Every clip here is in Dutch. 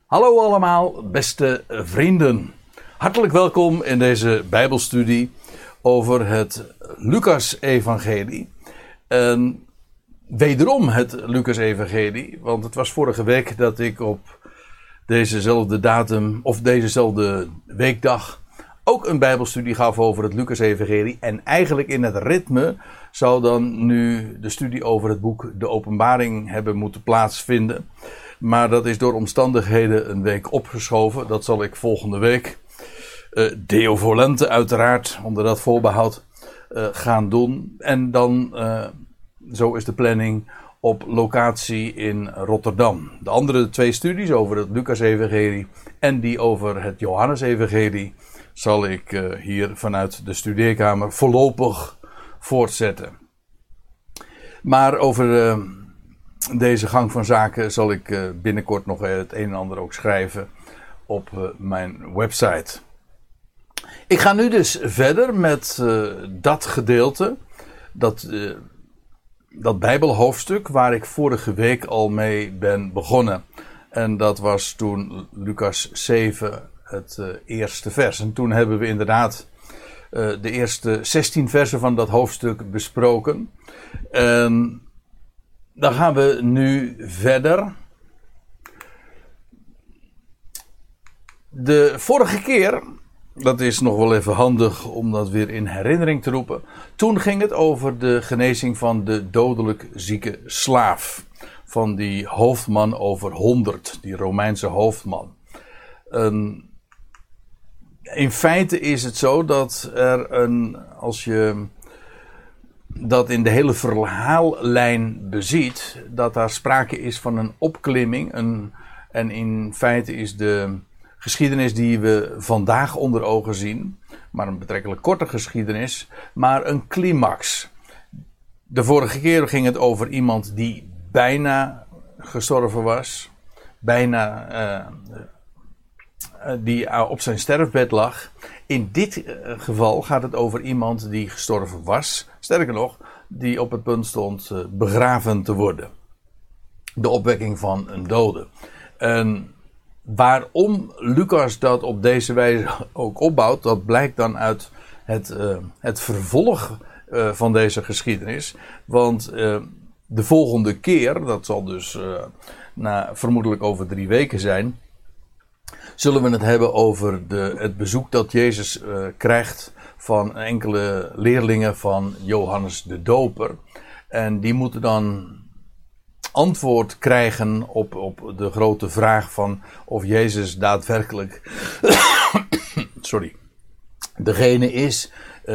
Hallo allemaal, beste vrienden. Hartelijk welkom in deze Bijbelstudie over het Lucas-evangelie. En wederom het Lucas-evangelie, want het was vorige week dat ik op dezezelfde datum of dezezelfde weekdag ook een Bijbelstudie gaf over het Lucas-evangelie. En eigenlijk in het ritme zou dan nu de studie over het boek De Openbaring hebben moeten plaatsvinden. Maar dat is door omstandigheden een week opgeschoven. Dat zal ik volgende week, Deo volente uiteraard, onder dat voorbehoud, gaan doen. En dan, zo is de planning, op locatie in Rotterdam. De andere twee studies over het Lucas-evangelie en die over het Johannes-evangelie zal ik hier vanuit de studeerkamer voorlopig voortzetten. Maar over deze gang van zaken zal ik binnenkort nog het een en ander ook schrijven op mijn website. Ik ga nu dus verder met dat gedeelte, dat Bijbelhoofdstuk waar ik vorige week al mee ben begonnen. En dat was toen Lucas 7 het eerste vers. En toen hebben we inderdaad de eerste 16 versen van dat hoofdstuk besproken. En dan gaan we nu verder. De vorige keer, dat is nog wel even handig om dat weer in herinnering te roepen. Toen ging het over de genezing van de dodelijk zieke slaaf. Van die hoofdman over 100, die Romeinse hoofdman. In feite is het zo dat als je dat in de hele verhaallijn beziet, dat daar sprake is van een opklimming. En in feite is de geschiedenis die we vandaag onder ogen zien, maar een betrekkelijk korte geschiedenis, maar een climax. De vorige keer ging het over iemand die bijna gestorven was, die op zijn sterfbed lag. In dit geval gaat het over iemand die gestorven was. Sterker nog, die op het punt stond begraven te worden. De opwekking van een dode. En waarom Lucas dat op deze wijze ook opbouwt, dat blijkt dan uit het vervolg van deze geschiedenis. Want de volgende keer, dat zal dus vermoedelijk over 3 weken zijn, zullen we het hebben over het bezoek dat Jezus krijgt van enkele leerlingen van Johannes de Doper. En die moeten dan antwoord krijgen op de grote vraag van of Jezus daadwerkelijk degene is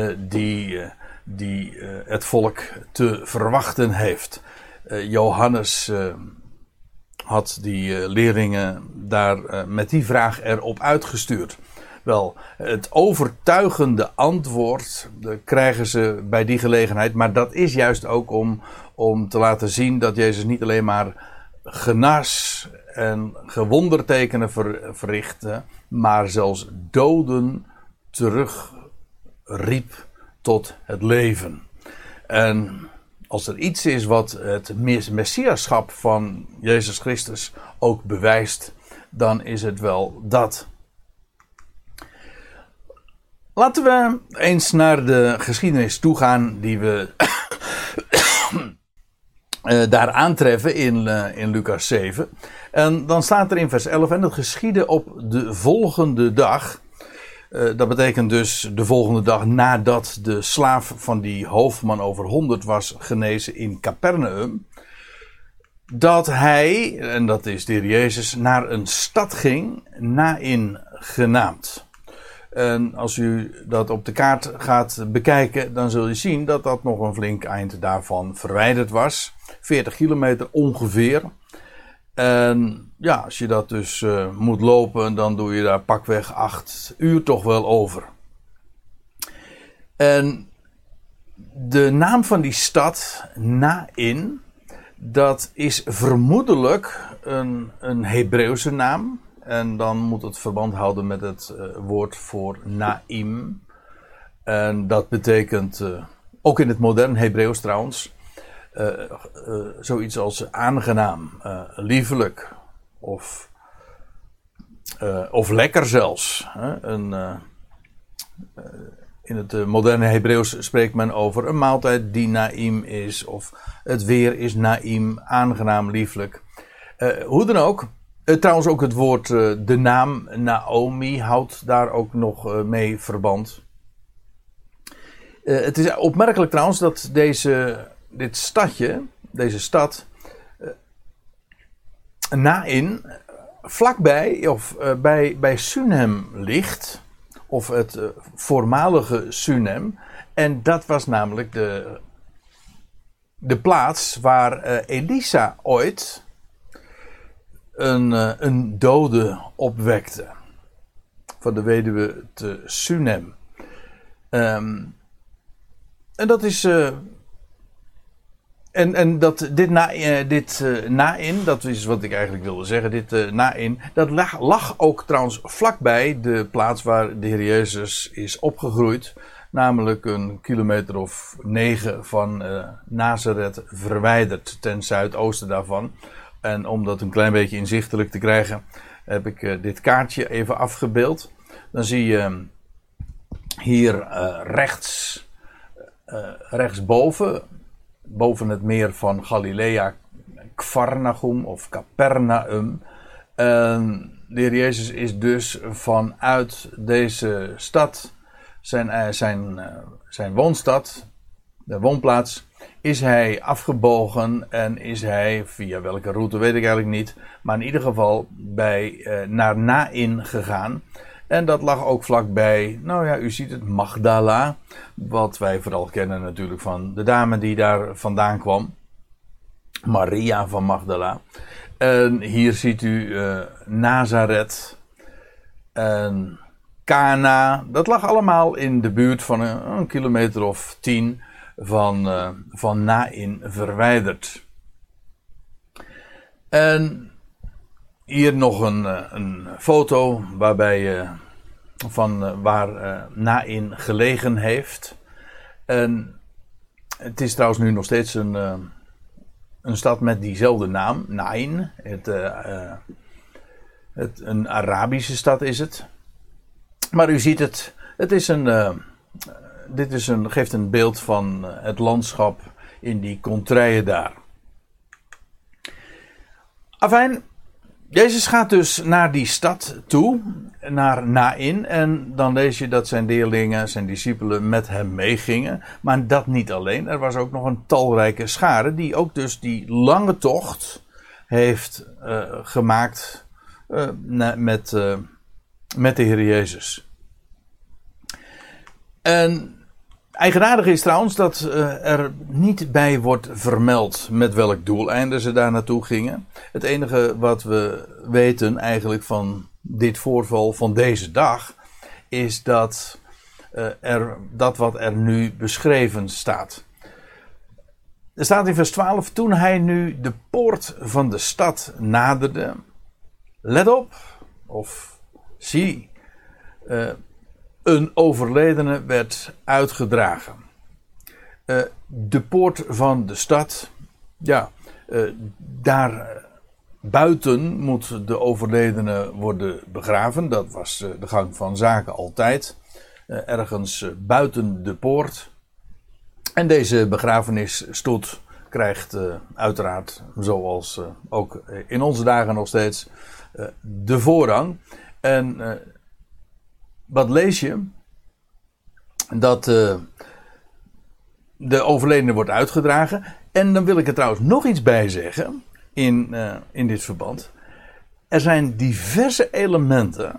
die het volk te verwachten heeft. Johannes had die leerlingen daar met die vraag erop uitgestuurd. Wel, het overtuigende antwoord krijgen ze bij die gelegenheid. Maar dat is juist ook om te laten zien dat Jezus niet alleen maar genas en gewondertekenen verrichtte, maar zelfs doden terugriep tot het leven. En als er iets is wat het messiaschap van Jezus Christus ook bewijst, dan is het wel dat. Laten we eens naar de geschiedenis toe gaan die we daar aantreffen in Lucas 7. En dan staat er in vers 11, en het geschiedde op de volgende dag. Dat betekent dus de volgende dag nadat de slaaf van die hoofdman over 100 was genezen in Capernaum, dat hij, en dat is de Heer Jezus, naar een stad ging, Naïn genaamd. En als u dat op de kaart gaat bekijken, dan zul je zien dat dat nog een flink eind daarvan verwijderd was. 40 kilometer ongeveer. En ja, als je dat dus moet lopen, dan doe je daar pakweg 8 uur toch wel over. En de naam van die stad, Naïn, dat is vermoedelijk een Hebreeuwse naam. En dan moet het verband houden met het woord voor Naïm. En dat betekent, ook in het modern Hebreeuws trouwens, zoiets als aangenaam, liefelijk of Of lekker zelfs. In het moderne Hebreeuws spreekt men over een maaltijd die naïm is. Of het weer is naïm, aangenaam, lieflijk. Hoe dan ook. Trouwens ook het woord, de naam Naomi houdt daar ook nog mee verband. Het is opmerkelijk trouwens dat dit stadje, deze stad, Naïn, vlakbij of bij Sunem ligt. Of het voormalige Sunem. En dat was namelijk de plaats waar Elisa ooit een dode opwekte. Van de weduwe te Sunem. En dat is... En dat dit Naïn, dat is wat ik eigenlijk wilde zeggen, dit Naïn, dat lag ook trouwens vlakbij de plaats waar de Heer Jezus is opgegroeid. Namelijk een kilometer of 9 van Nazareth verwijderd ten zuidoosten daarvan. En om dat een klein beetje inzichtelijk te krijgen, heb ik dit kaartje even afgebeeld. Dan zie je hier rechtsboven, boven het meer van Galilea, Kvarnachum of Capernaum. De Heer Jezus is dus vanuit deze stad, zijn woonstad, de woonplaats, is hij afgebogen en is hij, via welke route weet ik eigenlijk niet, maar in ieder geval naar Naïn gegaan. En dat lag ook vlakbij, nou ja, u ziet het, Magdala. Wat wij vooral kennen natuurlijk van de dame die daar vandaan kwam. Maria van Magdala. En hier ziet u Nazareth. En Cana. Dat lag allemaal in de buurt van een kilometer of 10 van Naïn verwijderd. En hier nog een foto waarbij van waar Naïn gelegen heeft. En het is trouwens nu nog steeds een stad met diezelfde naam, Naïn. Een Arabische stad is het. Maar u ziet het, geeft een beeld van het landschap in die contraien daar. Afijn. Jezus gaat dus naar die stad toe, naar Naïn, en dan lees je dat zijn leerlingen, zijn discipelen met hem meegingen. Maar dat niet alleen, er was ook nog een talrijke schare die ook dus die lange tocht heeft gemaakt met de Heer Jezus. En eigenaardig is trouwens dat er niet bij wordt vermeld met welk doeleinde ze daar naartoe gingen. Het enige wat we weten eigenlijk van dit voorval van deze dag is dat wat er nu beschreven staat. Er staat in vers 12, toen hij nu de poort van de stad naderde, let op, of zie, een overledene werd uitgedragen. De poort van de stad, ja, daar buiten moet de overledene worden begraven. Dat was de gang van zaken altijd. Ergens buiten de poort. En deze begrafenisstoet krijgt uiteraard, zoals ook in onze dagen nog steeds, de voorrang. En wat lees je? Dat de overledene wordt uitgedragen. En dan wil ik er trouwens nog iets bij zeggen in dit verband. Er zijn diverse elementen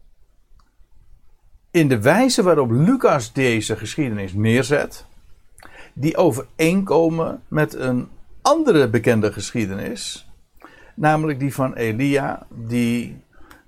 in de wijze waarop Lucas deze geschiedenis neerzet, die overeenkomen met een andere bekende geschiedenis, namelijk die van Elia, die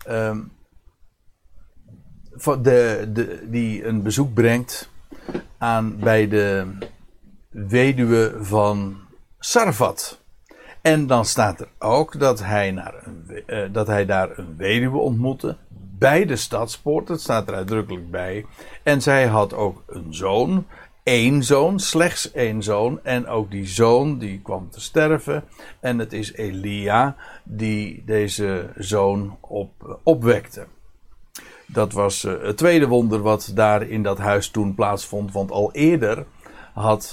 een bezoek brengt bij de weduwe van Sarfat. En dan staat er ook dat hij daar een weduwe ontmoette bij de stadspoort. Dat staat er uitdrukkelijk bij. En zij had ook een zoon, één zoon, slechts één zoon. En ook die zoon die kwam te sterven. En het is Elia die deze zoon opwekte. Dat was het tweede wonder wat daar in dat huis toen plaatsvond. Want al eerder had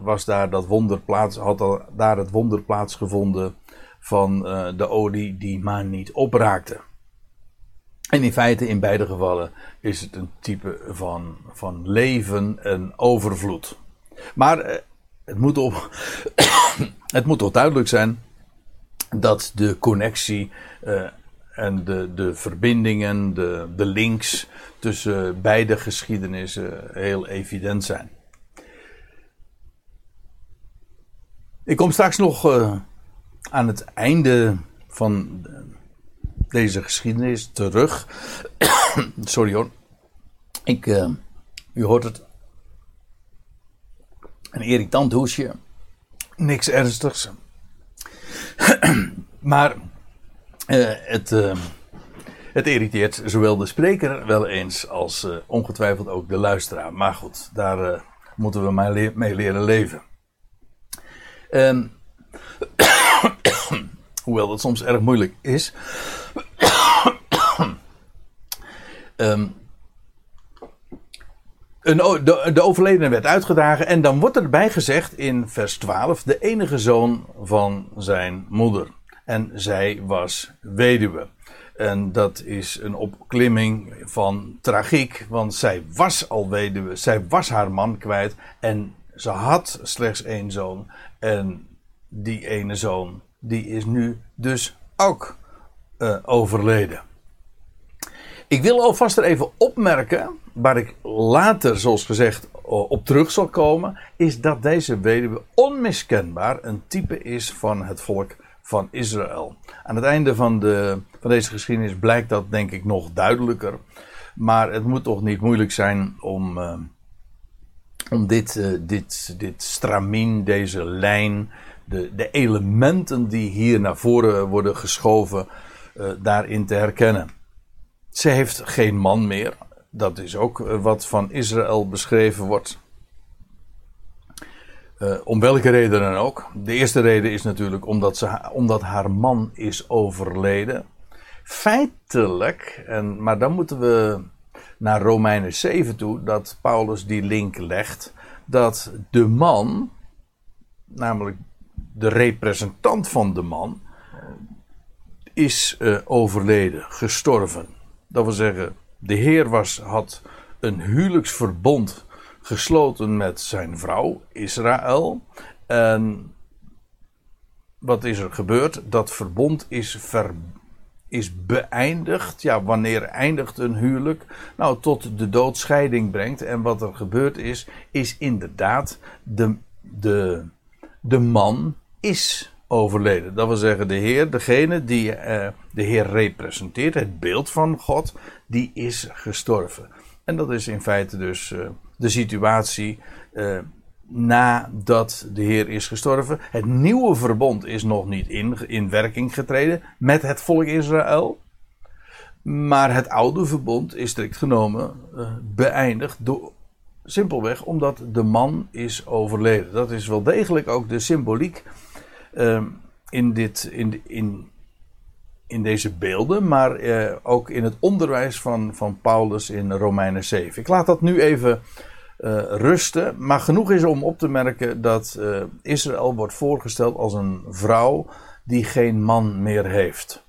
daar het wonder plaatsgevonden van de olie die maar niet opraakte. En in feite in beide gevallen is het een type van leven en overvloed. Maar het moet toch duidelijk zijn dat de connectie en de verbindingen, de links tussen beide geschiedenissen heel evident zijn. Ik kom straks nog aan het einde van deze geschiedenis terug. Sorry hoor. U hoort het. Een irritant hoesje. Niks ernstigs. Maar het irriteert zowel de spreker wel eens als ongetwijfeld ook de luisteraar. Maar goed, daar moeten we maar mee leren leven. Hoewel dat soms erg moeilijk is. De overledene werd uitgedragen en dan wordt erbij gezegd in vers 12... de enige zoon van zijn moeder. En zij was weduwe. En dat is een opklimming van tragiek, want zij was al weduwe. Zij was haar man kwijt en ze had slechts één zoon. En die ene zoon, die is nu dus ook overleden. Ik wil alvast er even opmerken, waar ik later, zoals gezegd, op terug zal komen, is dat deze weduwe onmiskenbaar een type is van het volk van Israël. Aan het einde van deze geschiedenis blijkt dat denk ik nog duidelijker. Maar het moet toch niet moeilijk zijn om dit stramien, deze lijn, de elementen die hier naar voren worden geschoven, daarin te herkennen. Ze heeft geen man meer. Dat is ook wat van Israël beschreven wordt. Om welke reden dan ook. De eerste reden is natuurlijk omdat haar man is overleden. Feitelijk, maar dan moeten we naar Romeinen 7 toe, dat Paulus die link legt, dat de man, namelijk de representant van de man, is overleden, gestorven. Dat wil zeggen, de Heer had een huwelijksverbond gesloten met zijn vrouw, Israël. En wat is er gebeurd? Dat verbond is beëindigd. Ja, wanneer eindigt een huwelijk? Nou, tot de dood scheiding brengt. En wat er gebeurd is inderdaad, de man is overleden. Dat wil zeggen, de Heer, degene die de Heer representeert, het beeld van God, die is gestorven. En dat is in feite dus de situatie nadat de Heer is gestorven. Het nieuwe verbond is nog niet in werking getreden met het volk Israël. Maar het oude verbond is strikt genomen beëindigd simpelweg omdat de man is overleden. Dat is wel degelijk ook de symboliek in deze beelden, maar ook in het onderwijs van Paulus in Romeinen 7. Ik laat dat nu even rusten, maar genoeg is om op te merken dat Israël wordt voorgesteld als een vrouw die geen man meer heeft.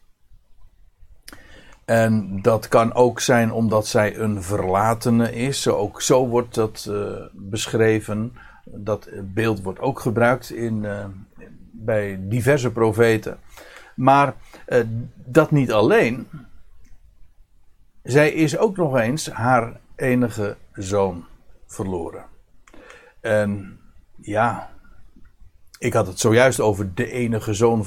En dat kan ook zijn omdat zij een verlatene is. Ook zo wordt dat beschreven. Dat beeld wordt ook gebruikt bij diverse profeten. Maar dat niet alleen. Zij is ook nog eens haar enige zoon verloren. En ja, ik had het zojuist over de enige zoon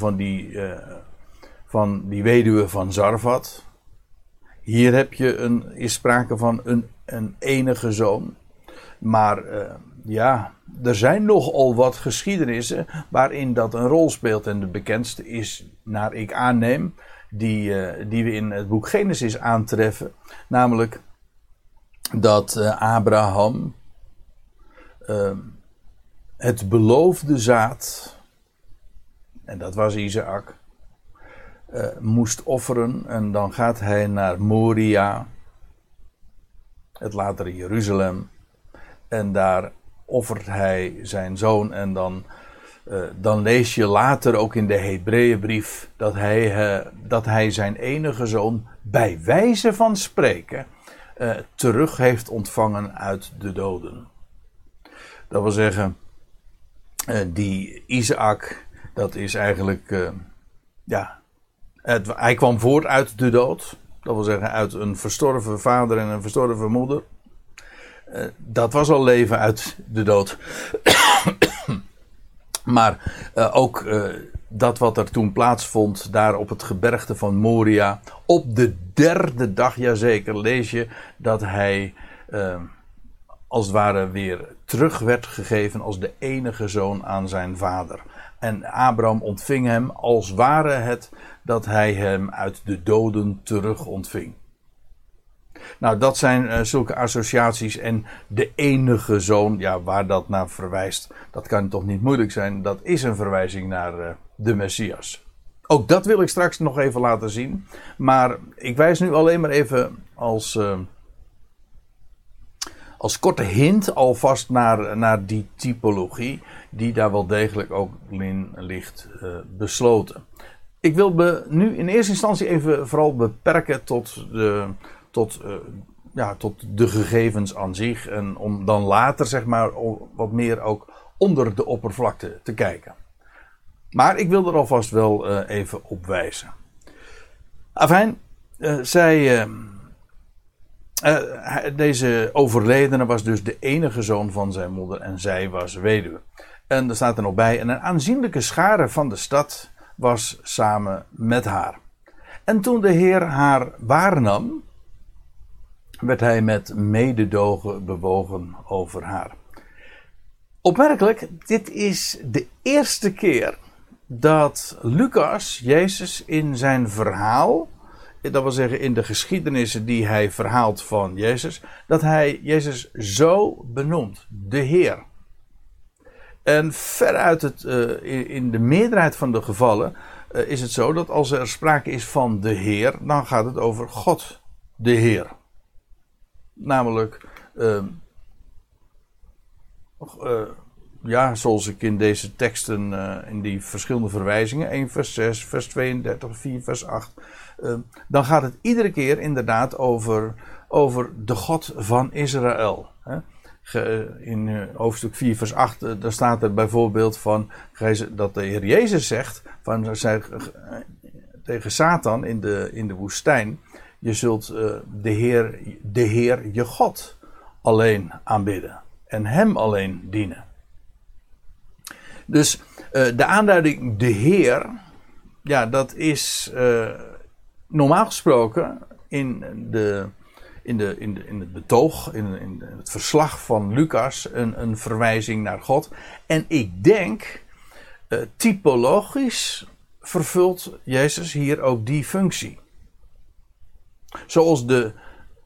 van die weduwe van Zarfat. Hier is sprake van een enige zoon. Maar er zijn nogal wat geschiedenissen waarin dat een rol speelt. En de bekendste is, naar ik aanneem, die we in het boek Genesis aantreffen. Namelijk dat Abraham het beloofde zaad, en dat was Isaac, moest offeren. En dan gaat hij naar Moria, het latere Jeruzalem. En daar offert hij zijn zoon. En dan lees je later ook in de Hebreeënbrief dat hij zijn enige zoon bij wijze van spreken terug heeft ontvangen uit de doden. Dat wil zeggen, die Isaac, dat is eigenlijk, hij kwam voort uit de dood. Dat wil zeggen, uit een verstorven vader en een verstorven moeder. Dat was al leven uit de dood. Maar ook dat wat er toen plaatsvond, daar op het gebergte van Moria, op de derde dag, jazeker, lees je dat hij als het ware weer terug werd gegeven als de enige zoon aan zijn vader. En Abraham ontving hem als ware het dat hij hem uit de doden terug ontving. Nou, dat zijn zulke associaties en de enige zoon, ja, waar dat naar verwijst, dat kan toch niet moeilijk zijn. Dat is een verwijzing naar de Messias. Ook dat wil ik straks nog even laten zien. Maar ik wijs nu alleen maar even als korte hint alvast naar die typologie, die daar wel degelijk ook in ligt besloten. Ik wil me nu in eerste instantie even vooral beperken tot de gegevens aan zich. En om dan later, zeg maar, wat meer ook onder de oppervlakte te kijken. Maar ik wil er alvast wel even op wijzen. Afijn, deze overledene was dus de enige zoon van zijn moeder en zij was weduwe. En er staat er nog bij, en een aanzienlijke schare van de stad was samen met haar. En toen de Heer haar waarnam, werd hij met mededogen bewogen over haar. Opmerkelijk, dit is de eerste keer dat Lucas Jezus in zijn verhaal, dat wil zeggen in de geschiedenissen die hij verhaalt van Jezus, dat hij Jezus zo benoemt, de Heer. En veruit in de meerderheid van de gevallen is het zo dat als er sprake is van de Heer, dan gaat het over God, de Heer. Namelijk, zoals ik in deze teksten, in die verschillende verwijzingen, 1 vers 6, vers 32, 4 vers 8, dan gaat het iedere keer inderdaad over de God van Israël. In hoofdstuk 4 vers 8, daar staat er bijvoorbeeld van dat de Heer Jezus zegt tegen Satan in de woestijn: je zult de Heer je God alleen aanbidden en hem alleen dienen. Dus de aanduiding de Heer, ja, dat is normaal gesproken in het betoog, in het verslag van Lucas, een verwijzing naar God. En ik denk, typologisch vervult Jezus hier ook die functie. Zoals de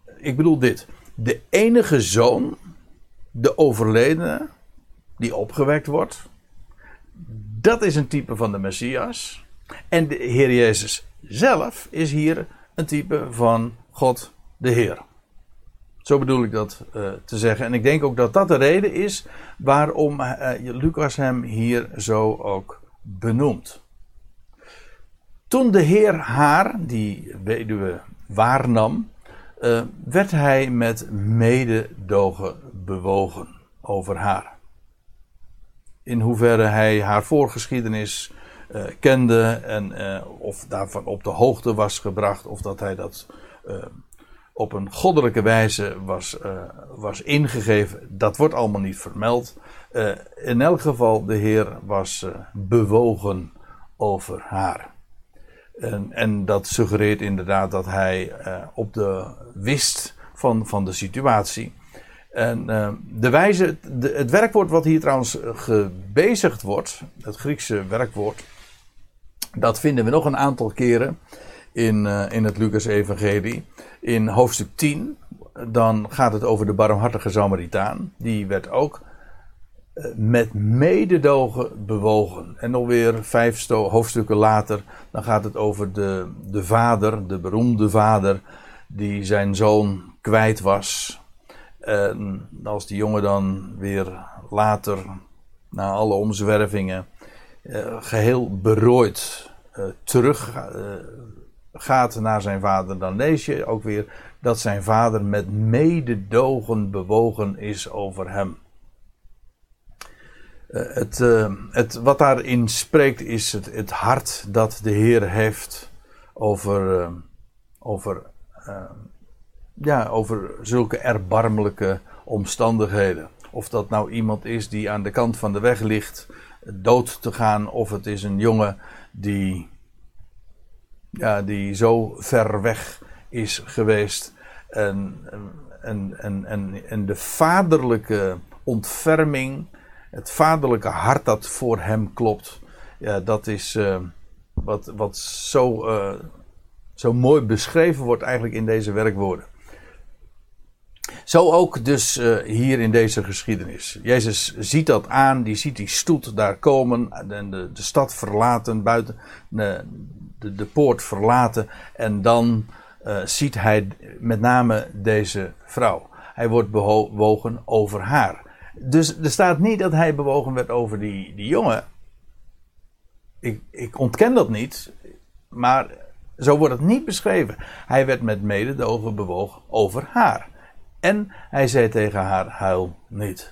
enige zoon, de overledene, die opgewekt wordt. Dat is een type van de Messias. En de Heer Jezus zelf is hier een type van God de Heer. Zo bedoel ik dat te zeggen. En ik denk ook dat dat de reden is waarom Lucas hem hier zo ook benoemt. Toen de Heer haar, die weduwe, waarnam, werd hij met mededogen bewogen over haar. In hoeverre hij haar voorgeschiedenis kende en of daarvan op de hoogte was gebracht, of dat hij dat op een goddelijke wijze was ingegeven, dat wordt allemaal niet vermeld. In elk geval, de Heer was bewogen over haar. En dat suggereert inderdaad dat hij op de wist van de situatie. En de wijze, het werkwoord wat hier trouwens gebezigd wordt, het Griekse werkwoord, dat vinden we nog een aantal keren in het Lucas-evangelie. In hoofdstuk 10, dan gaat het over de barmhartige Samaritaan. Die werd ook met mededogen bewogen. En nog weer 5 hoofdstukken later, dan gaat het over de vader, de beroemde vader, die zijn zoon kwijt was. En als die jongen dan weer later, na alle omzwervingen, geheel berooid terug gaat naar zijn vader, dan lees je ook weer dat zijn vader met mededogen bewogen is over hem. Wat daarin spreekt is het hart dat de Heer heeft over zulke erbarmelijke omstandigheden. Of dat nou iemand is die aan de kant van de weg ligt dood te gaan, of het is een jongen die zo ver weg is geweest. En de vaderlijke ontferming, het vaderlijke hart dat voor hem klopt, ja, dat is wat zo mooi beschreven wordt eigenlijk in deze werkwoorden. Zo ook dus hier in deze geschiedenis. Jezus ziet dat aan, die ziet die stoet daar komen en de stad verlaten, buiten de poort verlaten. En dan ziet hij met name deze vrouw. Hij wordt bewogen over haar. Dus er staat niet dat hij bewogen werd over die jongen. Ik ontken dat niet, maar zo wordt het niet beschreven. Hij werd met mededogen bewogen over haar. En hij zei tegen haar, huil niet.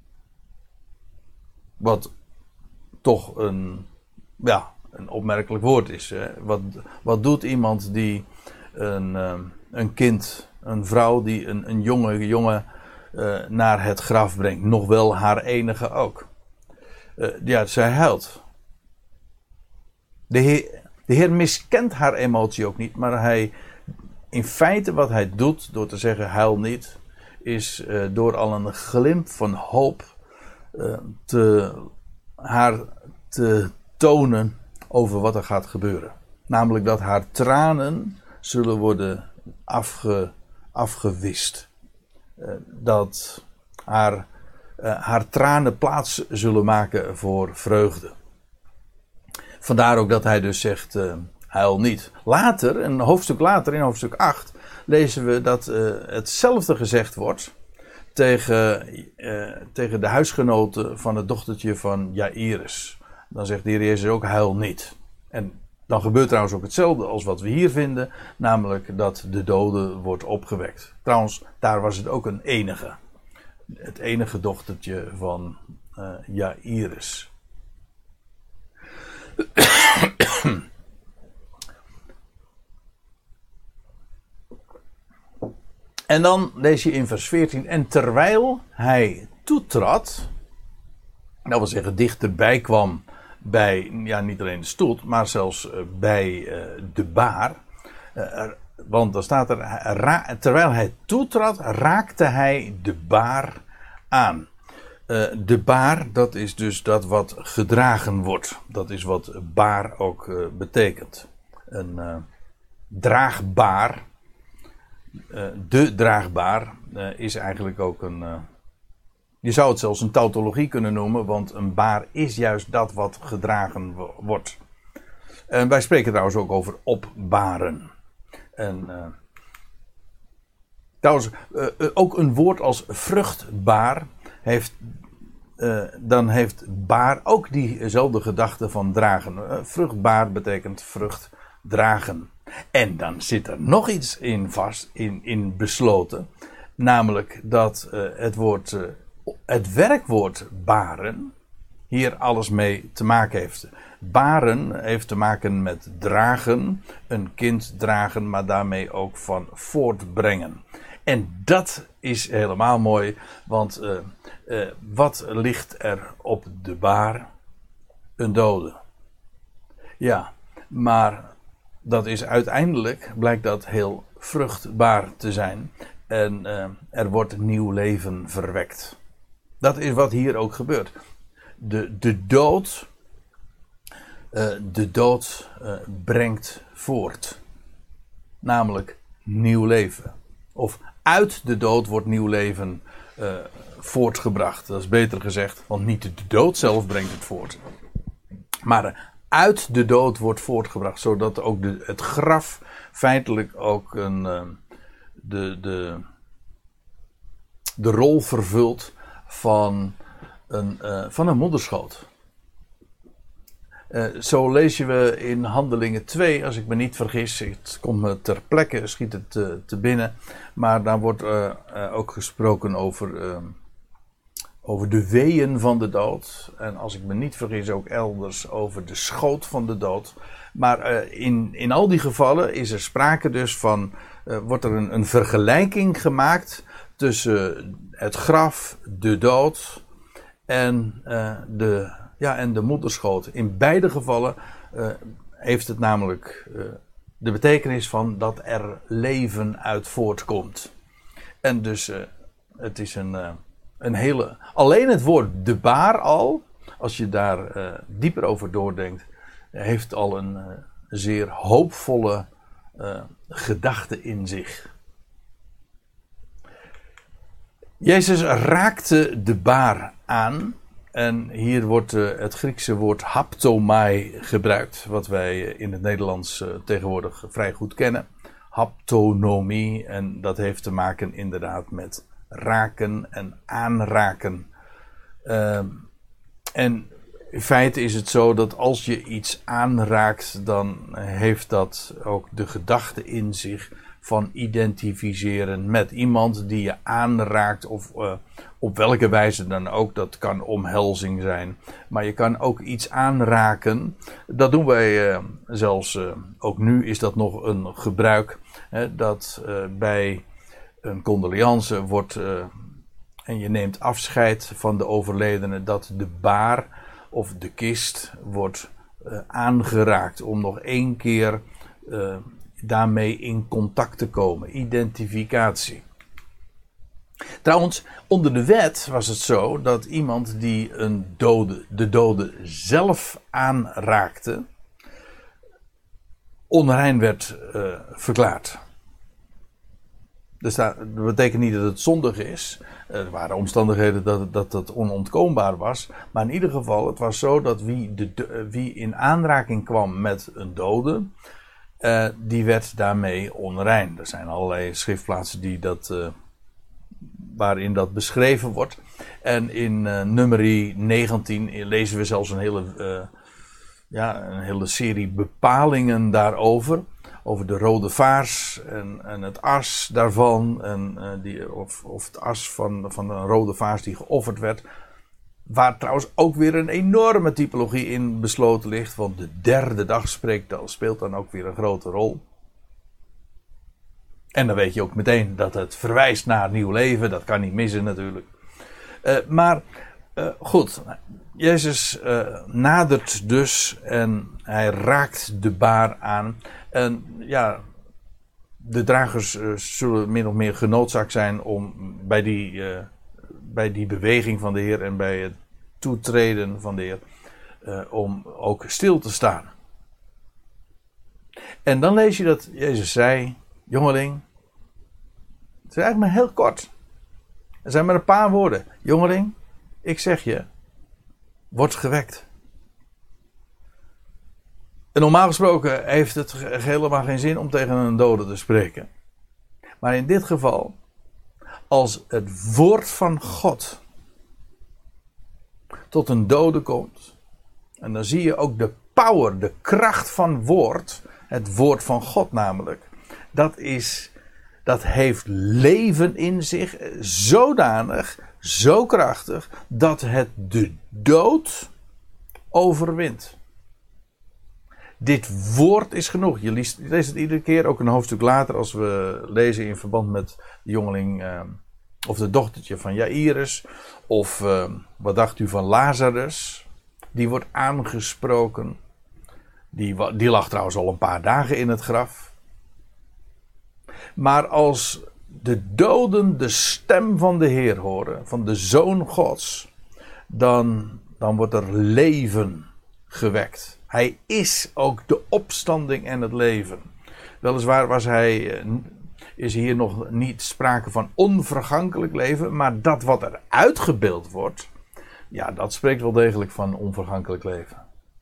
Wat toch een opmerkelijk woord is. Hè? Wat doet iemand die een kind, een vrouw die een jonge naar het graf brengt. Nog wel haar enige ook. Zij huilt. De Heer miskent haar emotie ook niet, maar in feite wat hij doet door te zeggen huil niet, is door al een glimp van hoop haar te tonen over wat er gaat gebeuren. Namelijk dat haar tranen zullen worden afgewist. Dat haar tranen plaats zullen maken voor vreugde. Vandaar ook dat hij dus zegt, huil niet. Later, een hoofdstuk later, in hoofdstuk 8, lezen we dat hetzelfde gezegd wordt tegen de huisgenoten van het dochtertje van Jairus. Dan zegt de Heer Jezus ook, huil niet. En dan gebeurt trouwens ook hetzelfde als wat we hier vinden, namelijk dat de dode wordt opgewekt. Trouwens, daar was het ook het enige dochtertje van Jairus. En dan lees je in vers 14. En terwijl hij toetrad, dat wil zeggen dichterbij kwam bij, niet alleen de stoet, maar zelfs bij de baar. Want dan staat er, terwijl hij toetrad, raakte hij de baar aan. De baar, dat is dus dat wat gedragen wordt. Dat is wat baar ook betekent. Een draagbaar. De draagbaar is eigenlijk ook je zou het zelfs een tautologie kunnen noemen, want een baar is juist dat wat gedragen wordt. En wij spreken trouwens ook over opbaren. En trouwens, ook een woord als vruchtbaar dan heeft baar ook diezelfde gedachte van dragen. Vruchtbaar betekent vrucht dragen. En dan zit er nog iets in vast, in besloten. Namelijk dat het werkwoord baren hier alles mee te maken heeft. Baren heeft te maken met dragen, een kind dragen, maar daarmee ook van voortbrengen. En dat is helemaal mooi, want wat ligt er op de baar? Een dode. Ja, maar dat is uiteindelijk, blijkt dat heel vruchtbaar te zijn. En er wordt nieuw leven verwekt. Dat is wat hier ook gebeurt. De dood brengt voort. Namelijk nieuw leven. Of uit de dood wordt nieuw leven voortgebracht. Dat is beter gezegd, want niet de dood zelf brengt het voort. Maar uit de dood wordt voortgebracht, zodat ook het graf feitelijk ook de rol vervult van een moederschoot. Zo lezen we in Handelingen 2, als ik me niet vergis. Het komt me ter plekke, schiet het te binnen. Maar daar wordt ook gesproken over de weeën van de dood. En als ik me niet vergis ook elders over de schoot van de dood. Maar in al die gevallen is er sprake dus van, wordt er een vergelijking gemaakt tussen het graf, de dood en de moederschoot. In beide gevallen heeft het namelijk de betekenis van dat er leven uit voortkomt. En dus het is een hele... Alleen het woord de baar al, als je daar dieper over doordenkt, heeft al een zeer hoopvolle gedachte in zich. Jezus raakte de baar aan. En hier wordt het Griekse woord haptomai gebruikt. Wat wij in het Nederlands tegenwoordig vrij goed kennen. Haptonomie. En dat heeft te maken inderdaad met raken en aanraken. En in feite is het zo dat als je iets aanraakt, dan heeft dat ook de gedachte in zich van identificeren met iemand die je aanraakt, of op welke wijze dan ook. Dat kan omhelzing zijn, maar je kan ook iets aanraken. Dat doen wij zelfs, ook nu is dat nog een gebruik, dat bij een condoleance wordt, en je neemt afscheid van de overledene, dat de baar of de kist wordt aangeraakt om nog één keer daarmee in contact te komen. Identificatie. Trouwens, onder de wet was het zo dat iemand die de dode zelf aanraakte, onrein werd verklaard. Dus dat betekent niet dat het zondig is. Er waren omstandigheden dat onontkoombaar was. Maar in ieder geval, het was zo dat wie in aanraking kwam met een dode, die werd daarmee onrein. Er zijn allerlei schriftplaatsen waarin dat beschreven wordt. En in Numeri 19 lezen we zelfs een hele serie bepalingen daarover. Over de rode vaars en het as daarvan. Of het as van een rode vaars die geofferd werd. Waar trouwens ook weer een enorme typologie in besloten ligt. Want de derde dag speelt dan ook weer een grote rol. En dan weet je ook meteen dat het verwijst naar nieuw leven. Dat kan niet missen natuurlijk. Goed. Jezus nadert dus en hij raakt de baar aan. En ja, de dragers zullen min of meer genoodzaakt zijn om bij die beweging van de Heer en bij het toetreden van de Heer, om ook stil te staan. En dan lees je dat Jezus zei, jongeling, het is eigenlijk maar heel kort. Er zijn maar een paar woorden. Jongeling, ik zeg je, word gewekt. En normaal gesproken heeft het helemaal geen zin om tegen een dode te spreken. Maar in dit geval, als het woord van God tot een dode komt, en dan zie je ook de power, de kracht van woord, het woord van God namelijk, dat heeft leven in zich, zodanig, zo krachtig, dat het de dood overwint. Dit woord is genoeg. Je leest het iedere keer, ook een hoofdstuk later, als we lezen in verband met de jongeling, of de dochtertje van Jairus, of wat dacht u van Lazarus? Die wordt aangesproken. Die lag trouwens al een paar dagen in het graf. Maar als de doden de stem van de Heer horen, van de Zoon Gods, dan wordt er leven gewekt. Hij is ook de opstanding en het leven. Weliswaar was hij is hier nog niet sprake van onvergankelijk leven, maar dat wat er uitgebeeld wordt, ja, dat spreekt wel degelijk van onvergankelijk leven.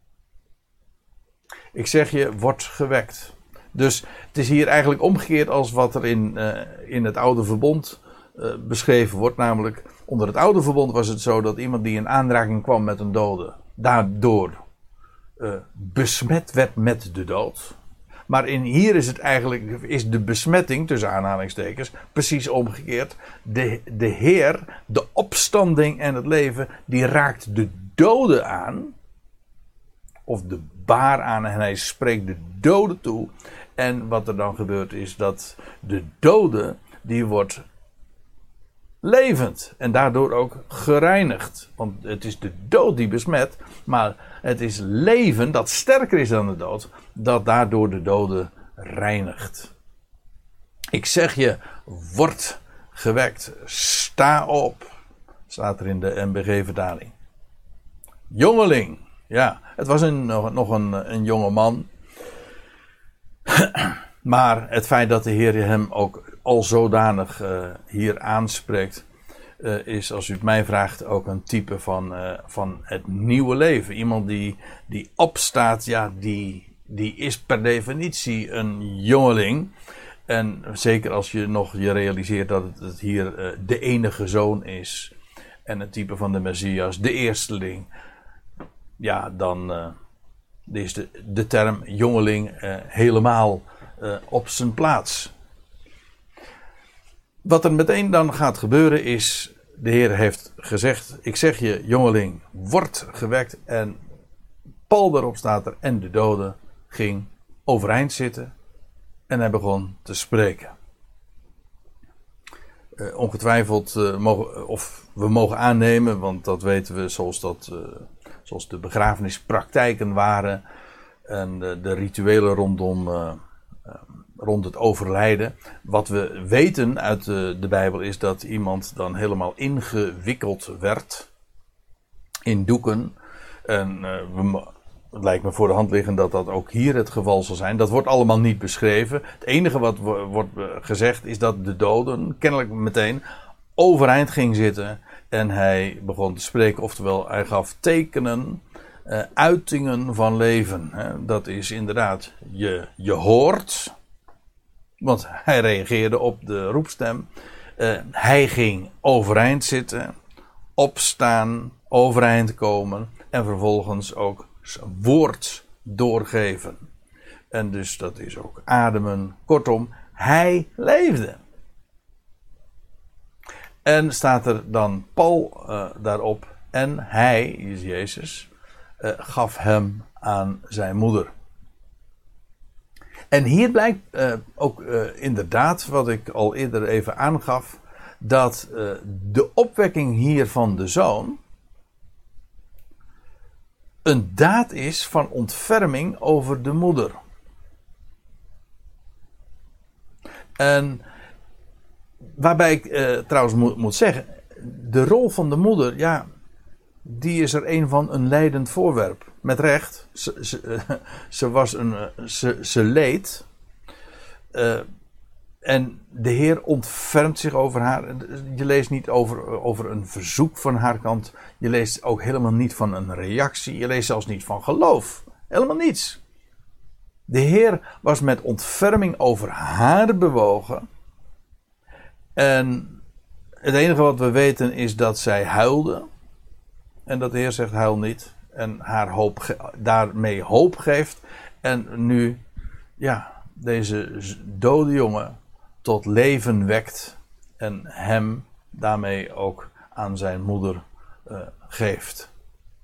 Ik zeg je, wordt gewekt. Dus het is hier eigenlijk omgekeerd als wat er in het oude verbond beschreven wordt. Namelijk, onder het oude verbond was het zo dat iemand die in aanraking kwam met een dode, daardoor besmet werd met de dood. Maar hier is het eigenlijk, is de besmetting, tussen aanhalingstekens, precies omgekeerd. De Heer, de opstanding en het leven, die raakt de dode aan. Of de baar aan en hij spreekt de dode toe. En wat er dan gebeurt is dat de dode, die wordt levend. En daardoor ook gereinigd. Want het is de dood die besmet. Maar het is leven dat sterker is dan de dood. Dat daardoor de dode reinigt. Ik zeg je, word gewekt. Sta op. Staat er in de NBG-vertaling. Jongeling. Ja, het was nog een jonge man. Maar het feit dat de Heer hem ook al zodanig hier aanspreekt, is, als u het mij vraagt, ook een type van het nieuwe leven. Iemand die opstaat, ja, die is per definitie een jongeling. En zeker als je nog je realiseert dat het hier de enige zoon is. En het type van de Messias, de eersteling. Ja, dan is de term jongeling helemaal op zijn plaats. Wat er meteen dan gaat gebeuren is, de Heer heeft gezegd, ik zeg je jongeling, word gewekt. En pal daarop staat er, en de dode ging overeind zitten en hij begon te spreken. Ongetwijfeld we mogen aannemen, want dat weten we zoals de begrafenispraktijken waren en de rituelen rond het overlijden. Wat we weten uit de Bijbel is dat iemand dan helemaal ingewikkeld werd in doeken. En het lijkt me voor de hand liggend dat dat ook hier het geval zal zijn. Dat wordt allemaal niet beschreven. Het enige wat wordt gezegd is dat de doden kennelijk meteen overeind ging zitten. En hij begon te spreken, oftewel hij gaf tekenen, uitingen van leven. Dat is inderdaad, je hoort, want hij reageerde op de roepstem. Hij ging overeind zitten, opstaan, overeind komen en vervolgens ook woord doorgeven. En dus dat is ook ademen. Kortom, hij leefde. En staat er dan Paul daarop. En hij, is Jezus, gaf hem aan zijn moeder. En hier blijkt ook inderdaad, wat ik al eerder even aangaf, dat de opwekking hier van de zoon een daad is van ontferming over de moeder. En waarbij ik trouwens moet zeggen, de rol van de moeder, ja, die is er een van een lijdend voorwerp. Met recht. Ze leed. En de Heer ontfermt zich over haar. Je leest niet over een verzoek van haar kant. Je leest ook helemaal niet van een reactie. Je leest zelfs niet van geloof. Helemaal niets. De Heer was met ontferming over haar bewogen. En het enige wat we weten is dat zij huilde. En dat de Heer zegt huil niet. En haar daarmee hoop geeft. En nu, ja, deze dode jongen tot leven wekt. En hem daarmee ook aan zijn moeder geeft.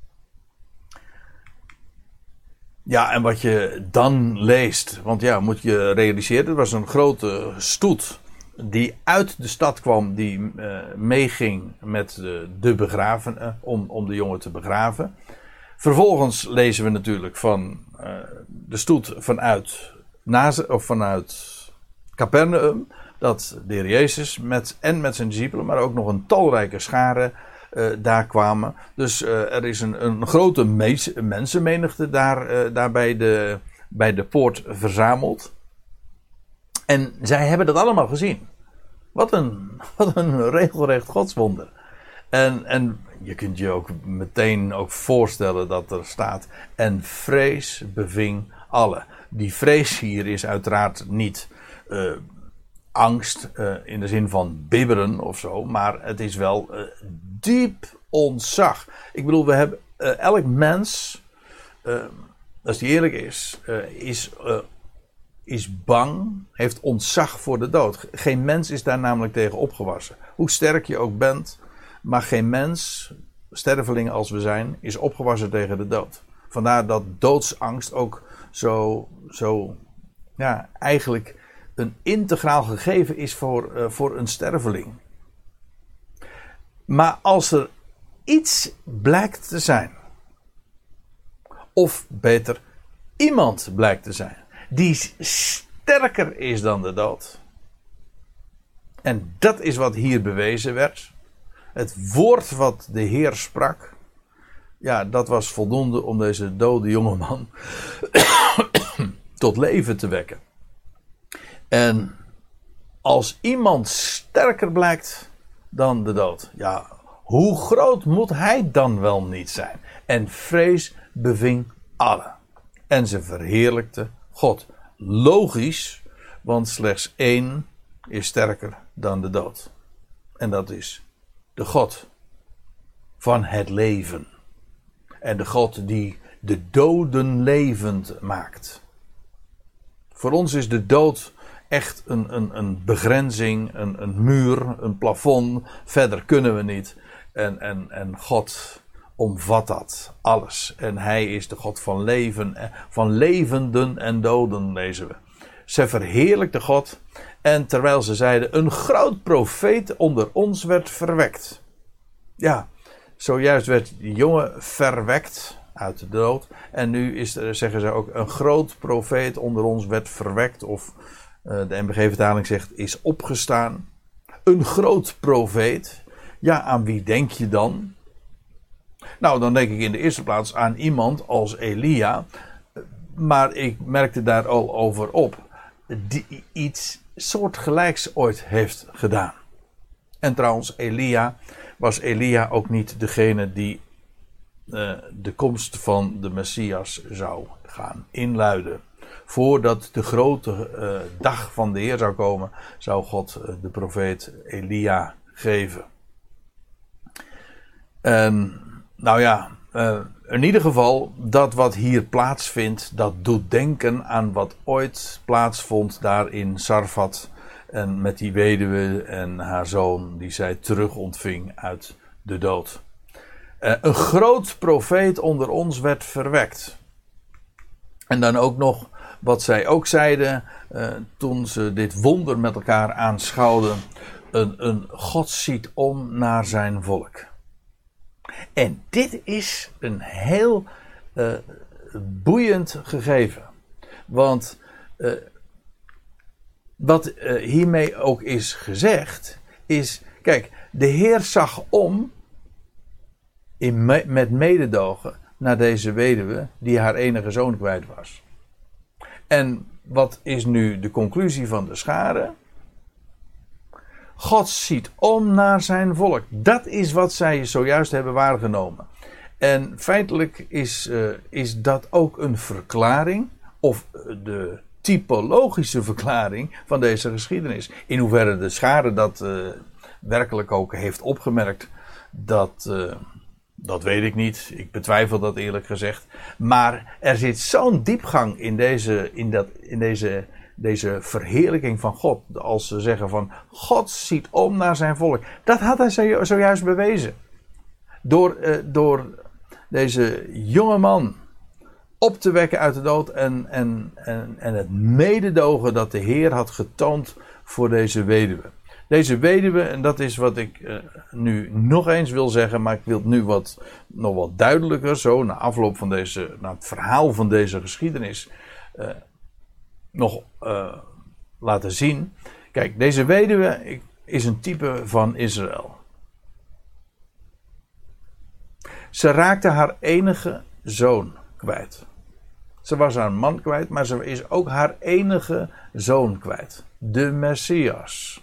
Ja, en wat je dan leest. Want ja, moet je realiseren, er was een grote stoet die uit de stad kwam, die meeging met de begraven, om de jongen te begraven. Vervolgens lezen we natuurlijk van de stoet vanuit Capernaum, dat de Heer Jezus met zijn discipelen, maar ook nog een talrijke schare daar kwamen. Dus er is een grote mensenmenigte daar bij de poort verzameld. En zij hebben dat allemaal gezien. Wat een regelrecht godswonder. En je kunt je ook meteen ook voorstellen dat er staat: en vrees beving alle. Die vrees hier is uiteraard niet angst in de zin van bibberen of zo, maar het is wel diep ontzag. Ik bedoel, we hebben elk mens, als die eerlijk is bang, heeft ontzag voor de dood. Geen mens is daar namelijk tegen opgewassen. Hoe sterk je ook bent, maar geen mens, stervelingen als we zijn, is opgewassen tegen de dood. Vandaar dat doodsangst ook zo eigenlijk een integraal gegeven is voor een sterveling. Maar als er iets blijkt te zijn, of beter, iemand blijkt te zijn, die sterker is dan de dood. En dat is wat hier bewezen werd. Het woord wat de Heer sprak, ja, dat was voldoende om deze dode jongeman tot leven te wekken. En als iemand sterker blijkt dan de dood, ja, hoe groot moet hij dan wel niet zijn? En vrees beving allen. En ze verheerlijkte God. Logisch, want slechts één is sterker dan de dood. En dat is de God van het leven. En de God die de doden levend maakt. Voor ons is de dood echt een begrenzing, een muur, een plafond. Verder kunnen we niet. En God omvat dat alles. En hij is de God van leven, van levenden en doden, lezen we. Ze verheerlijkte God. En terwijl ze zeiden, een groot profeet onder ons werd verwekt. Ja, zojuist werd die jongen verwekt uit de dood. En nu is er, zeggen ze ook, een groot profeet onder ons werd verwekt. Of de NBG-vertaling zegt, is opgestaan. Een groot profeet. Ja, aan wie denk je dan? Nou, dan denk ik in de eerste plaats aan iemand als Elia. Maar ik merkte daar al over op. Die iets soortgelijks ooit heeft gedaan. En trouwens, was Elia ook niet degene die de komst van de Messias zou gaan inluiden. Voordat de grote dag van de Heer zou komen, zou God de profeet Elia geven. Nou ja, in ieder geval, dat wat hier plaatsvindt, dat doet denken aan wat ooit plaatsvond daar in Sarfat. En met die weduwe en haar zoon die zij terug ontving uit de dood. Een groot profeet onder ons werd verwekt. En dan ook nog wat zij ook zeiden toen ze dit wonder met elkaar aanschouwden. Een God ziet om naar zijn volk. En dit is een heel boeiend gegeven. Want wat hiermee ook is gezegd, is, kijk, de Heer zag om met mededogen naar deze weduwe die haar enige zoon kwijt was. En wat is nu de conclusie van de schare? God ziet om naar zijn volk. Dat is wat zij zojuist hebben waargenomen. En feitelijk is dat ook een verklaring, of de typologische verklaring van deze geschiedenis. In hoeverre de schare dat werkelijk ook heeft opgemerkt, dat weet ik niet. Ik betwijfel dat eerlijk gezegd. Maar er zit zo'n diepgang in deze verheerlijking van God. Als ze zeggen van God ziet om naar zijn volk. Dat had hij zojuist bewezen. Door deze jonge man op te wekken uit de dood. En het mededogen dat de Heer had getoond voor deze weduwe. Deze weduwe, en dat is wat ik nu nog eens wil zeggen, maar ik wil het nu nog wat duidelijker, zo na afloop van na het verhaal van deze geschiedenis, nog laten zien. Kijk, deze weduwe is een type van Israël. Ze raakte haar enige zoon kwijt. Ze was haar man kwijt, maar ze is ook haar enige zoon kwijt. de Messias.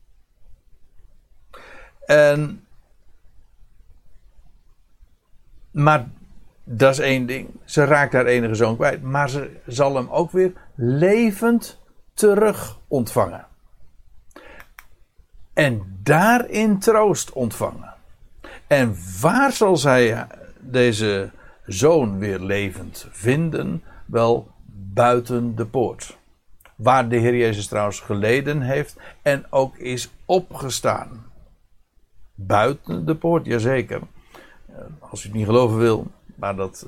Maar dat is één ding. Ze raakt haar enige zoon kwijt. Maar ze zal hem ook weer levend terug ontvangen. En daarin troost ontvangen. En waar zal zij deze zoon weer levend vinden? Wel, buiten de poort. Waar de Heer Jezus trouwens geleden heeft en ook is opgestaan. Buiten de poort, jazeker. Als u het niet geloven wil, maar dat...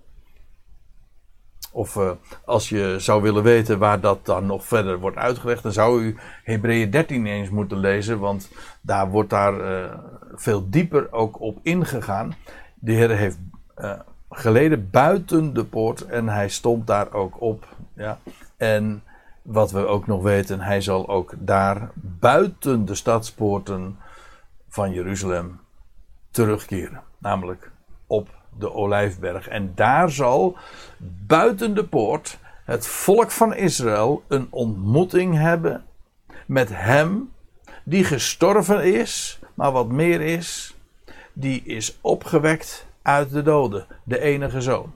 als je zou willen weten waar dat dan nog verder wordt uitgelegd, dan zou u Hebreeën 13 eens moeten lezen, want daar wordt veel dieper ook op ingegaan. De Heer heeft geleden buiten de poort en hij stond daar ook op. Ja. En wat we ook nog weten, hij zal ook daar buiten de stadspoorten van Jeruzalem terugkeren. Namelijk op de Olijfberg. En daar zal buiten de poort het volk van Israël een ontmoeting hebben met hem die gestorven is, maar wat meer is, die is opgewekt uit de doden, de enige zoon.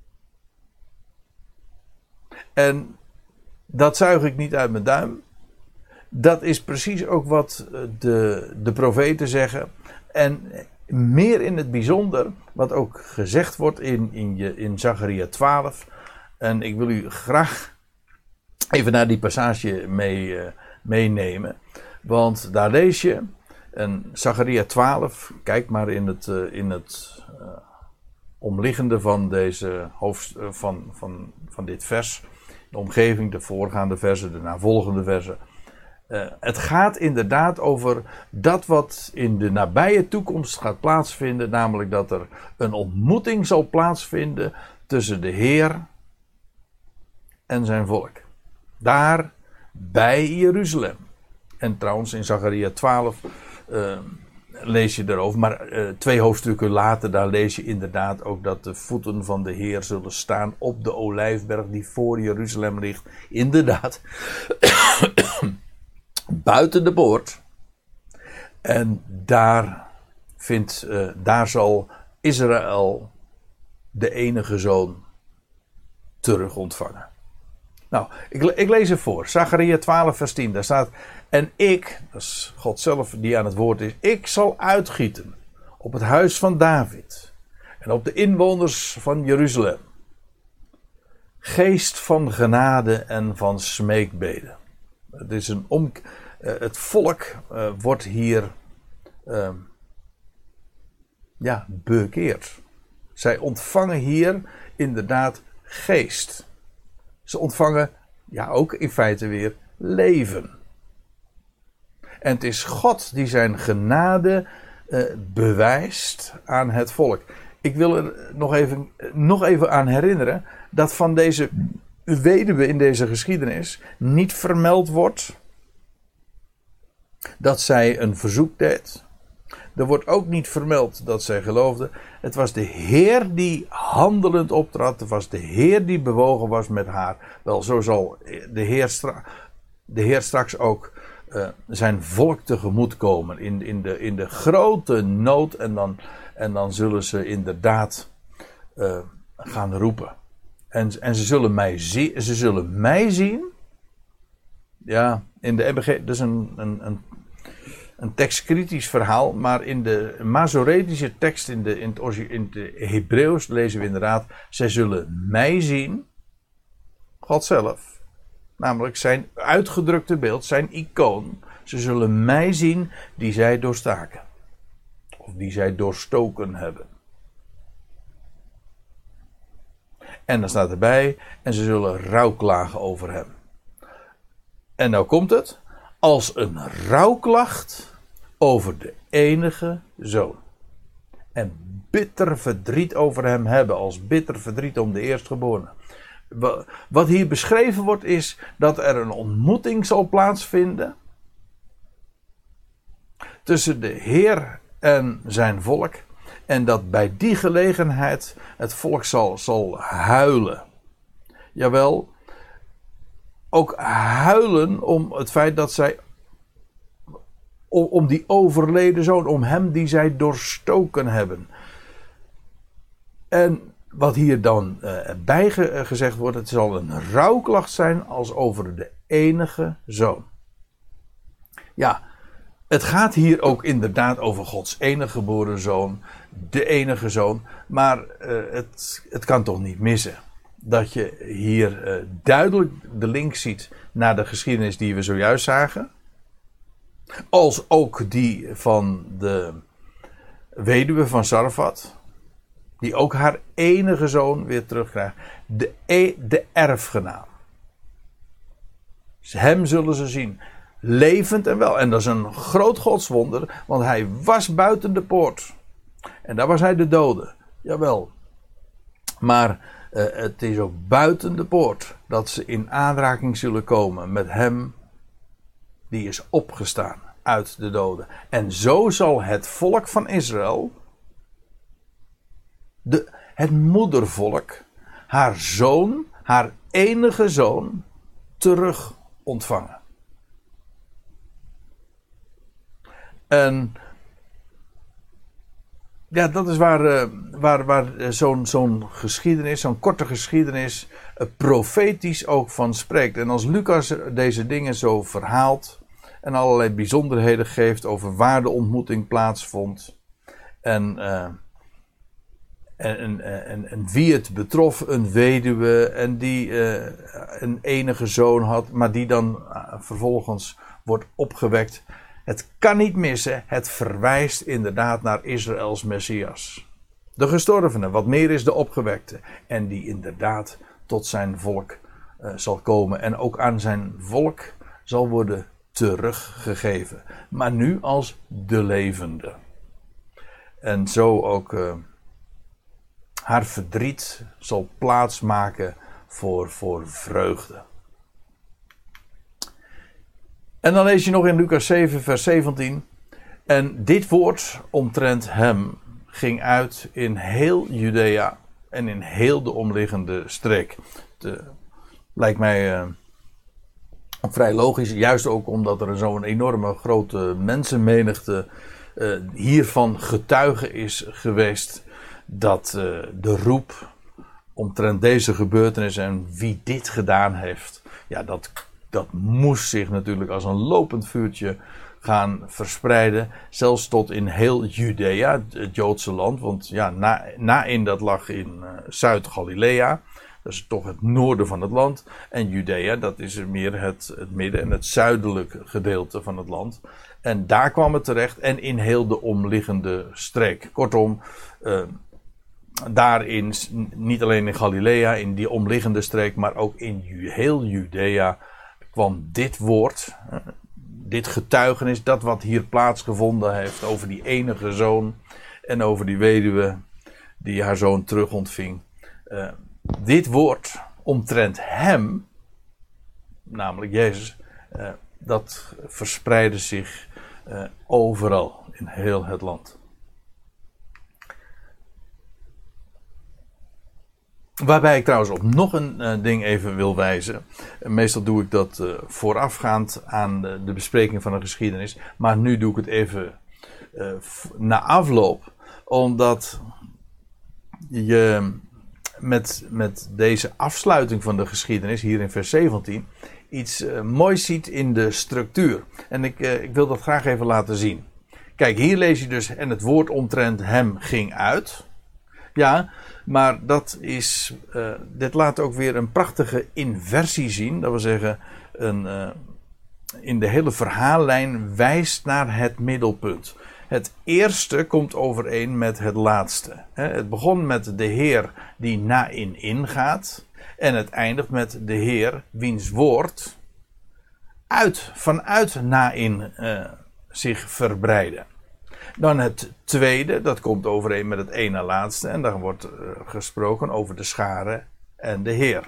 En dat zuig ik niet uit mijn duim. Dat is precies ook wat de profeten zeggen. En meer in het bijzonder, wat ook gezegd wordt in Zacharia 12. En ik wil u graag even naar die passage meenemen. Want daar lees je, en Zacharia 12, kijk maar in het omliggende van deze van dit vers. De omgeving, de voorgaande versen, de navolgende versen. Het gaat inderdaad over dat wat in de nabije toekomst gaat plaatsvinden. Namelijk dat er een ontmoeting zal plaatsvinden tussen de Heer en zijn volk. Daar bij Jeruzalem. En trouwens in Zacharia 12 lees je daarover. Maar 2 hoofdstukken later daar lees je inderdaad ook dat de voeten van de Heer zullen staan op de Olijfberg die voor Jeruzalem ligt. Inderdaad. Buiten de poort. En daar zal Israël de enige zoon terug ontvangen. Nou, ik lees het voor. Zacharia 12 vers 10. Daar staat: en ik, dat is God zelf die aan het woord is, ik zal uitgieten op het huis van David en op de inwoners van Jeruzalem geest van genade en van smeekbeden. Het is het volk wordt hier bekeerd. Zij ontvangen hier inderdaad geest. Ze ontvangen ook in feite weer leven. En het is God die zijn genade bewijst aan het volk. Ik wil er nog even aan herinneren dat van deze weduwe in deze geschiedenis niet vermeld wordt dat zij een verzoek deed. Er wordt ook niet vermeld dat zij geloofde. Het was de Heer die handelend optrad. Het was de Heer die bewogen was met haar. Wel, zo zal de Heer straks ook zijn volk tegemoet komen in de grote nood. En dan zullen ze inderdaad gaan roepen. En ze zullen mij zien. Ja, in de MBG, dat is een tekstkritisch verhaal, maar in de Masoretische tekst, in het Hebreeuws lezen we inderdaad: zij zullen mij zien, God zelf, namelijk zijn uitgedrukte beeld, zijn icoon. Ze zullen mij zien die zij doorstaken, of die zij doorstoken hebben. En dan staat erbij: en ze zullen rouwklagen over hem. En nou komt het: als een rouwklacht over de enige zoon. En bitter verdriet over hem hebben, als bitter verdriet om de eerstgeborene. Wat hier beschreven wordt is dat er een ontmoeting zal plaatsvinden tussen de Heer en zijn volk. En dat bij die gelegenheid het volk zal huilen. Jawel, ook huilen om het feit dat zij, om die overleden zoon, om hem die zij doorstoken hebben. En wat hier dan bij gezegd wordt, het zal een rouwklacht zijn als over de enige zoon. Ja, het gaat hier ook inderdaad over Gods enige geboren zoon, de enige zoon. Maar het kan toch niet missen dat je hier duidelijk de link ziet naar de geschiedenis die we zojuist zagen. Als ook die van de weduwe van Sarfat. Die ook haar enige zoon weer terugkrijgt. De erfgenaam. Hem zullen ze zien. Levend en wel. En dat is een groot godswonder. Want hij was buiten de poort. En daar was hij de dode. Jawel. Maar het is ook buiten de poort. Dat ze in aanraking zullen komen met hem. Die is opgestaan uit de doden. En zo zal het volk van Israël. Het moedervolk. Haar zoon. Haar enige zoon. Terug ontvangen. En ja, dat is waar zo'n geschiedenis, zo'n korte geschiedenis, profetisch ook van spreekt. En als Lucas deze dingen zo verhaalt en allerlei bijzonderheden geeft over waar de ontmoeting plaatsvond en wie het betrof, een weduwe en die een enige zoon had, maar die dan vervolgens wordt opgewekt. Het kan niet missen, het verwijst inderdaad naar Israëls Messias. De gestorvene, wat meer is de opgewekte. En die inderdaad tot zijn volk zal komen. En ook aan zijn volk zal worden teruggegeven. Maar nu als de levende. En zo ook haar verdriet zal plaatsmaken voor vreugde. En dan lees je nog in Lucas 7 vers 17. En dit woord omtrent hem ging uit in heel Judea en in heel de omliggende streek. Het lijkt mij vrij logisch, juist ook omdat er zo'n enorme grote mensenmenigte hiervan getuige is geweest, dat de roep omtrent deze gebeurtenis en wie dit gedaan heeft, ja, dat moest zich natuurlijk als een lopend vuurtje gaan verspreiden. Zelfs tot in heel Judea, het Joodse land. Want ja, Naïn dat lag in Zuid-Galilea. Dat is toch het noorden van het land. En Judea, dat is meer het midden- en het zuidelijke gedeelte van het land. En daar kwam het terecht. En in heel de omliggende streek. Kortom, daarin, niet alleen in Galilea, in die omliggende streek, maar ook in heel Judea kwam dit woord, dit getuigenis, dat wat hier plaatsgevonden heeft over die enige zoon en over die weduwe die haar zoon terug ontving. Dit woord omtrent hem, namelijk Jezus, dat verspreidde zich overal in heel het land. Waarbij ik trouwens op nog een ding even wil wijzen. Meestal doe ik dat voorafgaand aan de bespreking van een geschiedenis. Maar nu doe ik het even na afloop. Omdat je met deze afsluiting van de geschiedenis, hier in vers 17, iets moois ziet in de structuur. En ik wil dat graag even laten zien. Kijk, hier lees je dus, en het woord omtrent hem ging uit. Ja, maar dit laat ook weer een prachtige inversie zien. Dat wil zeggen, in de hele verhaallijn wijst naar het middelpunt. Het eerste komt overeen met het laatste. Het begon met de Heer die Naïn ingaat. En het eindigt met de Heer wiens woord vanuit Naïn zich verbreidde. Dan het tweede, dat komt overeen met het ene laatste. En dan wordt gesproken over de schare en de Heer.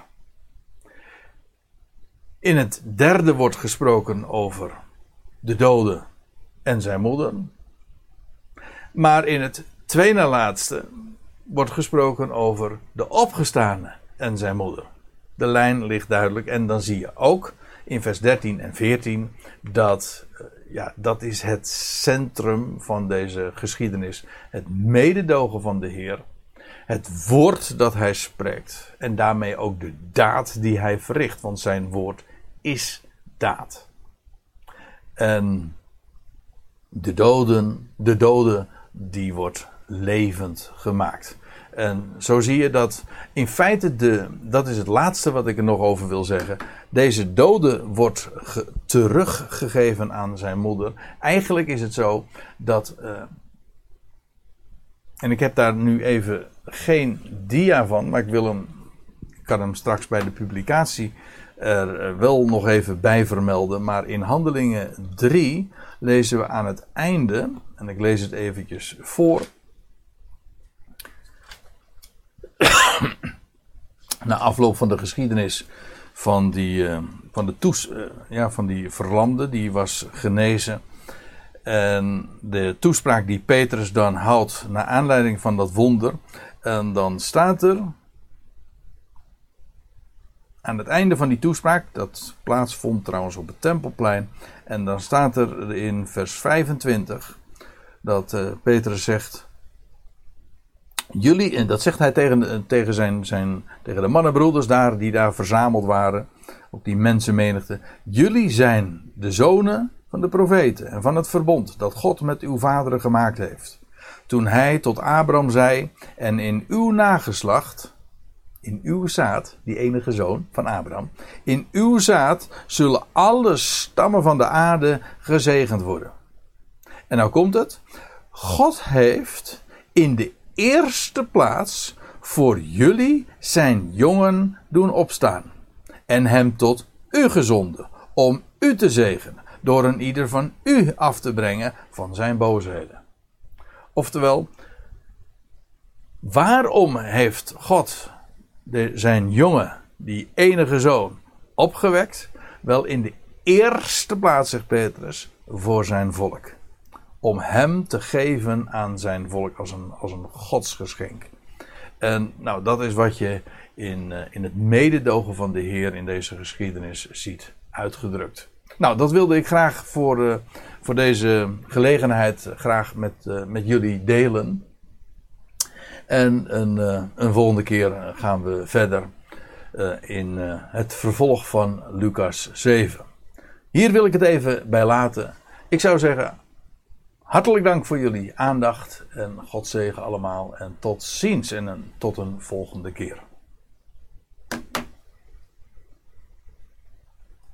In het derde wordt gesproken over de dode en zijn moeder. Maar in het tweede na laatste wordt gesproken over de opgestane en zijn moeder. De lijn ligt duidelijk en dan zie je ook in vers 13 en 14, dat is het centrum van deze geschiedenis. Het mededogen van de Heer. Het woord dat hij spreekt. En daarmee ook de daad die hij verricht. Want zijn woord is daad. En de dode die wordt levend gemaakt. En zo zie je dat in feite dat is het laatste wat ik er nog over wil zeggen. Deze dode wordt teruggegeven aan zijn moeder. Eigenlijk is het zo dat, en ik heb daar nu even geen dia van, maar ik kan hem straks bij de publicatie er wel nog even bij vermelden. Maar in Handelingen 3 lezen we aan het einde, en ik lees het eventjes voor. Na afloop van de geschiedenis van die verlamde, die was genezen. En de toespraak die Petrus dan houdt naar aanleiding van dat wonder. En dan staat er aan het einde van die toespraak, dat plaatsvond trouwens op het Tempelplein. En dan staat er in vers 25 dat Petrus zegt: jullie, en dat zegt hij tegen de mannenbroeders daar, die daar verzameld waren, ook die mensenmenigte. Jullie zijn de zonen van de profeten en van het verbond dat God met uw vaderen gemaakt heeft. Toen hij tot Abraham zei: en in uw nageslacht, in uw zaad, die enige zoon van Abraham, in uw zaad zullen alle stammen van de aarde gezegend worden. En nou komt het. God heeft in de eerste plaats voor jullie zijn jongen doen opstaan. En hem tot u gezonden, om u te zegenen, door een ieder van u af te brengen van zijn boosheden. Oftewel, waarom heeft God zijn jongen, die enige zoon, opgewekt? Wel, in de eerste plaats, zegt Petrus, voor zijn volk. Om hem te geven aan zijn volk als een godsgeschenk. En nou, dat is wat je in het mededogen van de Heer in deze geschiedenis ziet uitgedrukt. Nou, dat wilde ik graag voor deze gelegenheid graag met jullie delen. En een volgende keer gaan we verder in het vervolg van Lucas 7. Hier wil ik het even bij laten. Ik zou zeggen, hartelijk dank voor jullie aandacht en God zegen allemaal en tot ziens en tot een volgende keer.